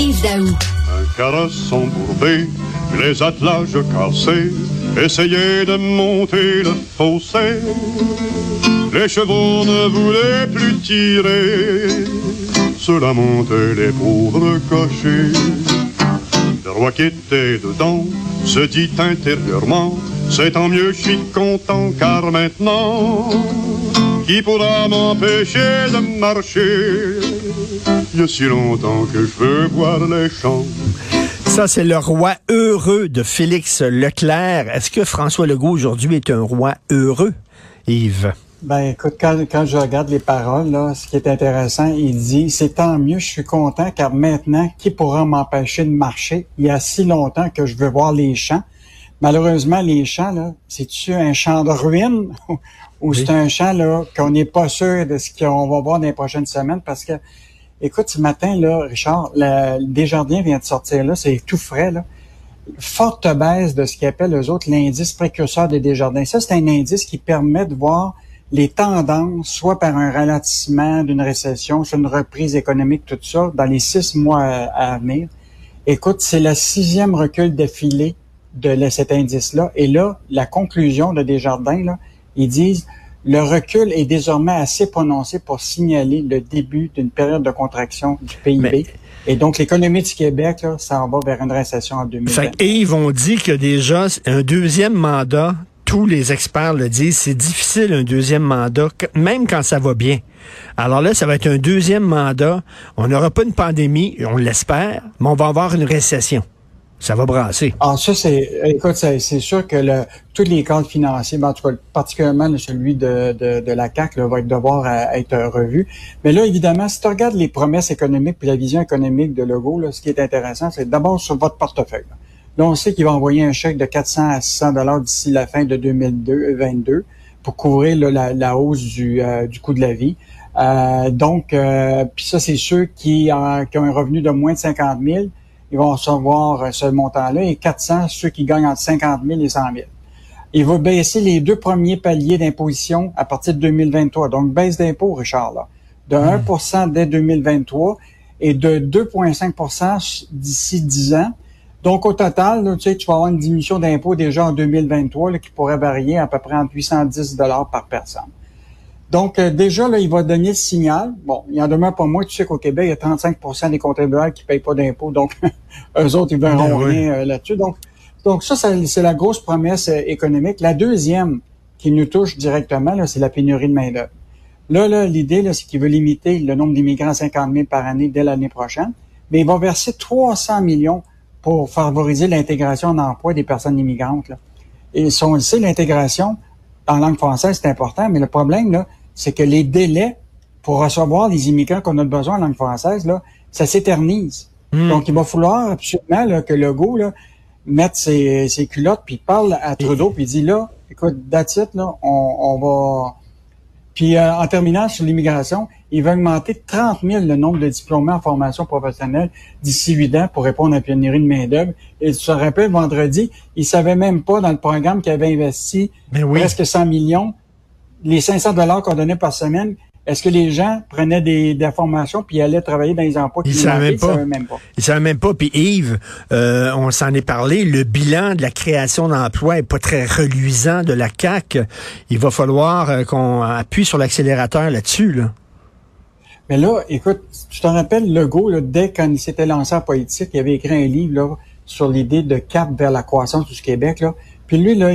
Yves Daou. Un carrosse embourbé, les attelages cassés, essayaient de monter le fossé. Les chevaux ne voulaient plus tirer, cela montait les pauvres cochers. Le roi qui était dedans se dit intérieurement, c'est tant mieux, je suis content, car maintenant, qui pourra m'empêcher de marcher? Il y a si longtemps que je veux voir les champs. Ça, c'est le roi heureux de Félix Leclerc. Est-ce que François Legault, aujourd'hui, est un roi heureux, Yves? Ben, écoute, quand je regarde les paroles, là, ce qui est intéressant, il dit, c'est tant mieux, je suis content, car maintenant, qui pourra m'empêcher de marcher? Il y a si longtemps que je veux voir les champs. Malheureusement, les champs, là, c'est-tu un champ de ruines ou c'est un champ, là, qu'on n'est pas sûr de ce qu'on va voir dans les prochaines semaines? Parce que, écoute, ce matin, là, Richard, Desjardins vient de sortir, là, c'est tout frais, là. Forte baisse de ce qu'ils appellent, eux autres, l'indice précurseur des Desjardins. Ça, c'est un indice qui permet de voir les tendances, soit par un ralentissement d'une récession, soit une reprise économique, tout ça, dans les 6 mois à venir. Écoute, c'est le 6e recul d'affilée de cet indice-là. Et là, la conclusion de Desjardins, là, ils disent, le recul est désormais assez prononcé pour signaler le début d'une période de contraction du PIB. Et donc, l'économie du Québec, là, ça va vers une récession en 2020. Et ils vont dire que déjà, un deuxième mandat, tous les experts le disent, c'est difficile un deuxième mandat, même quand ça va bien. Alors là, ça va être un deuxième mandat. On n'aura pas une pandémie, on l'espère, mais on va avoir une récession. Ça va brasser. Ah, ça, c'est sûr que tous les cadres financiers, en tout cas, particulièrement celui de la CAQ, là, va devoir être revu. Mais là, évidemment, si tu regardes les promesses économiques puis la vision économique de Legault, là, ce qui est intéressant, c'est d'abord sur votre portefeuille. Là, on sait qu'il va envoyer un chèque de 400 à 600 $ d'ici la fin de 2022 pour couvrir là, la hausse du coût de la vie. Puis ça, c'est ceux qui ont un revenu de moins de 50 000, ils vont recevoir ce montant-là, et 400, ceux qui gagnent entre 50 000 et 100 000. Il va baisser les 2 premiers paliers d'imposition à partir de 2023. Donc, baisse d'impôt, Richard, là, de 1 % dès 2023 et de 2,5 % d'ici 10 ans. Donc, au total, là, tu vas avoir une diminution d'impôt déjà en 2023 là, qui pourrait varier à peu près entre 810 $ par personne. Donc, déjà, là, il va donner le signal. Bon, il en demeure pas moins. Tu sais qu'au Québec, il y a 35 % des contribuables qui payent pas d'impôts. Donc, eux autres, ils verront rien là-dessus. Donc ça, c'est la grosse promesse économique. La deuxième qui nous touche directement, là, c'est la pénurie de main-d'œuvre. Là, l'idée, là, c'est qu'il veut limiter le nombre d'immigrants à 50 000 par année dès l'année prochaine. Mais il va verser 300 millions pour favoriser l'intégration en emploi des personnes immigrantes, là. Et si on le sait, l'intégration en langue française, c'est important, mais le problème, là, c'est que les délais pour recevoir les immigrants qu'on a besoin en langue française, là, ça s'éternise. Donc, il va falloir absolument là, que Legault là, mette ses culottes, puis parle à Trudeau, puis il dit là, écoute, that's it, là, on va... Puis en terminant sur l'immigration, il va augmenter de 30 000 le nombre de diplômés en formation professionnelle d'ici 8 ans pour répondre à la pénurie de main-d'œuvre. Et tu te rappelles, vendredi, il savait même pas dans le programme qu'il avait investi presque 100 millions, les 500 $ qu'on donnait par semaine. Est-ce que les gens prenaient des formations puis allaient travailler dans les emplois qu'ils n'avaient même pas? Ils savaient même pas. Puis Yves, on s'en est parlé, le bilan de la création d'emplois est pas très reluisant de la CAQ. Il va falloir qu'on appuie sur l'accélérateur là-dessus, là. Mais là, écoute, tu te rappelles, Legault, là, dès quand il s'était lancé en politique, il avait écrit un livre là, sur l'idée de cap vers la croissance du Québec. Là. Puis lui, là,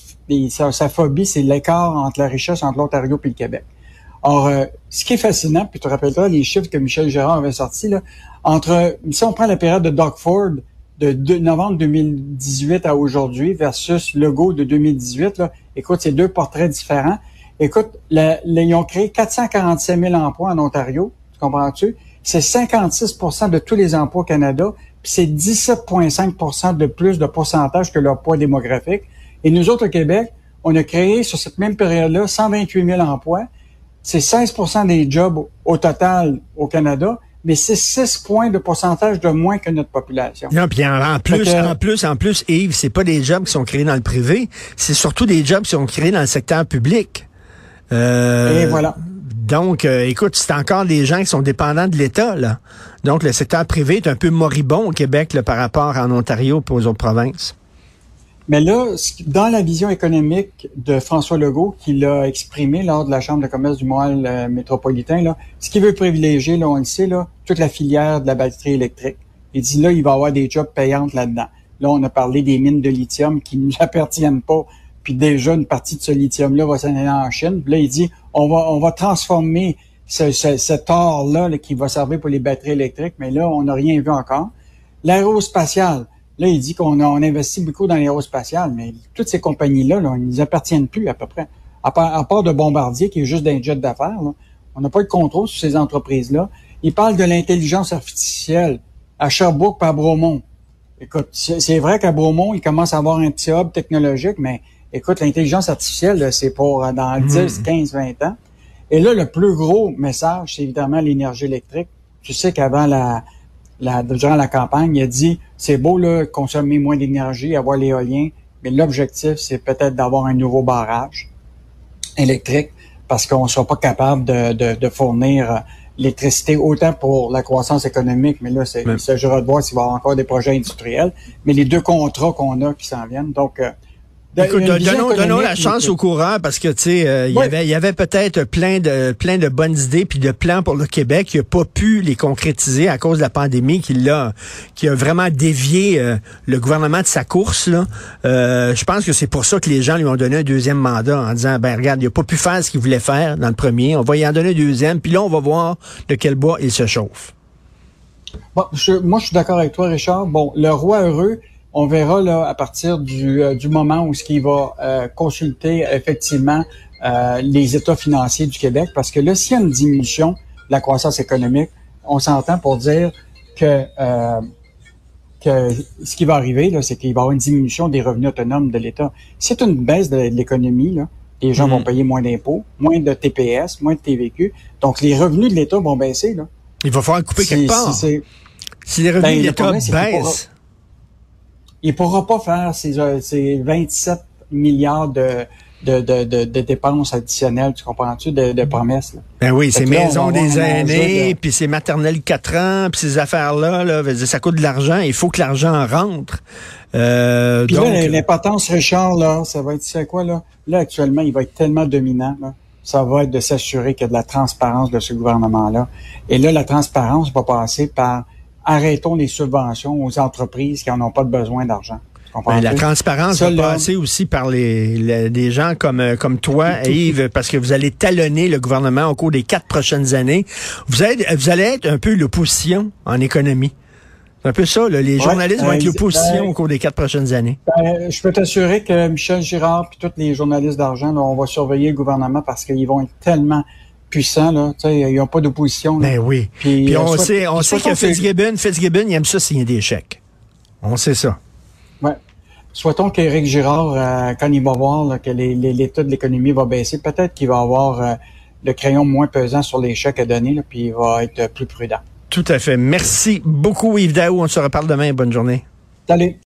sa phobie, c'est l'écart entre la richesse entre l'Ontario et le Québec. Or, ce qui est fascinant, puis tu te rappelles les chiffres que Michel Gérard avait sortis, là, si on prend la période de Doug Ford de novembre 2018 à aujourd'hui versus Legault de 2018, là, écoute, c'est 2 portraits différents. Écoute, ils ont créé 447 000 emplois en Ontario, tu comprends-tu? C'est 56 % de tous les emplois au Canada, puis c'est 17,5 % de plus de pourcentage que leur poids démographique. Et nous autres, au Québec, on a créé sur cette même période-là 128 000 emplois. C'est 16 % des jobs au total au Canada, mais c'est 6 points de pourcentage de moins que notre population. Non, puis en plus, Yves, c'est pas des jobs qui sont créés dans le privé, c'est surtout des jobs qui sont créés dans le secteur public. Et voilà. Donc, écoute, c'est encore des gens qui sont dépendants de l'État, là. Donc, le secteur privé est un peu moribond au Québec là, par rapport en Ontario et aux autres provinces. Mais là, dans la vision économique de François Legault, qu'il a exprimé lors de la Chambre de commerce du Montréal métropolitain, là, ce qu'il veut privilégier, là, on le sait, là, toute la filière de la batterie électrique. Il dit là, il va y avoir des jobs payantes là-dedans. Là, on a parlé des mines de lithium qui ne nous appartiennent pas, puis déjà une partie de ce lithium-là va s'en aller en Chine. Puis là, il dit on va transformer cet or-là là, qui va servir pour les batteries électriques, mais là, on n'a rien vu encore. L'aérospatiale. Là, il dit qu'on investit beaucoup dans l'aérospatiale, mais toutes ces compagnies-là, là, ils nous appartiennent plus à peu près. À part de Bombardier, qui est juste d'un jet d'affaires, là, on n'a pas de contrôle sur ces entreprises-là. Il parle de l'intelligence artificielle à Sherbrooke et à Bromont. Écoute, c'est vrai qu'à Bromont, il commence à avoir un petit hub technologique, mais écoute, l'intelligence artificielle, là, c'est pour dans 10, 15, 20 ans. Et là, le plus gros message, c'est évidemment l'énergie électrique. Tu sais qu'avant durant la campagne, il a dit, c'est beau, là, consommer moins d'énergie, avoir l'éolien, mais l'objectif, c'est peut-être d'avoir un nouveau barrage électrique parce qu'on ne sera pas capable de fournir l'électricité autant pour la croissance économique, mais là, il s'agira de voir s'il va y avoir encore des projets industriels, mais les deux contrats qu'on a qui s'en viennent. Donc, écoute, donnons la chance au courant parce que tu sais, il y avait peut-être plein de bonnes idées puis de plans pour le Québec. Il n'a pas pu les concrétiser à cause de la pandémie qui a vraiment dévié le gouvernement de sa course là. Je pense que c'est pour ça que les gens lui ont donné un deuxième mandat en disant ben regarde, il n'a pas pu faire ce qu'il voulait faire dans le premier. On va y en donner un deuxième puis là on va voir de quel bois il se chauffe. Bon, moi je suis d'accord avec toi, Richard. Bon, le roi heureux. On verra là à partir du moment où ce qu'il va consulter effectivement les états financiers du Québec, parce que là, s'il y a une diminution de la croissance économique, on s'entend pour dire que ce qui va arriver là, c'est qu'il va y avoir une diminution des revenus autonomes de l'État. C'est une baisse de l'économie là. Les gens vont payer moins d'impôts, moins de TPS, moins de TVQ. Donc les revenus de l'État vont baisser là. Il va falloir couper quelque part. Si les revenus de l'État baissent. Il pourra pas faire ces 27 milliards de dépenses additionnelles, tu comprends-tu, de promesses. Là. Ben oui, ces maisons des aînés, puis ces maternelles 4 ans, puis ces affaires-là, ça coûte de l'argent. Il faut que l'argent rentre. Puis donc, là, l'importance, Richard, là, ça va être, tu sais quoi, là? Là, actuellement, il va être tellement dominant, là. Ça va être de s'assurer qu'il y a de la transparence de ce gouvernement-là. Et là, la transparence va passer par arrêtons les subventions aux entreprises qui n'en ont pas de besoin d'argent. Ben, la transparence va passer aussi par des gens comme toi, Yves, parce que vous allez talonner le gouvernement au cours des 4 prochaines années. Vous allez être un peu l'opposition en économie. C'est un peu ça, là. Les journalistes vont être l'opposition au cours des 4 prochaines années. Je peux t'assurer que Michel Girard et tous les journalistes d'argent, là, on va surveiller le gouvernement parce qu'ils vont être tellement puissants, là. Tu sais, ils n'ont pas d'opposition. Ben oui. Puis on sait que Fitzgibbon, il aime ça signer des chèques. On sait ça. Ouais. Souhaitons qu'Éric Girard, quand il va voir là, que l'état de l'économie va baisser, peut-être qu'il va avoir le crayon moins pesant sur les chèques à donner, là, puis il va être plus prudent. Tout à fait. Merci beaucoup, Yves Daou. On se reparle demain. Bonne journée. Salut.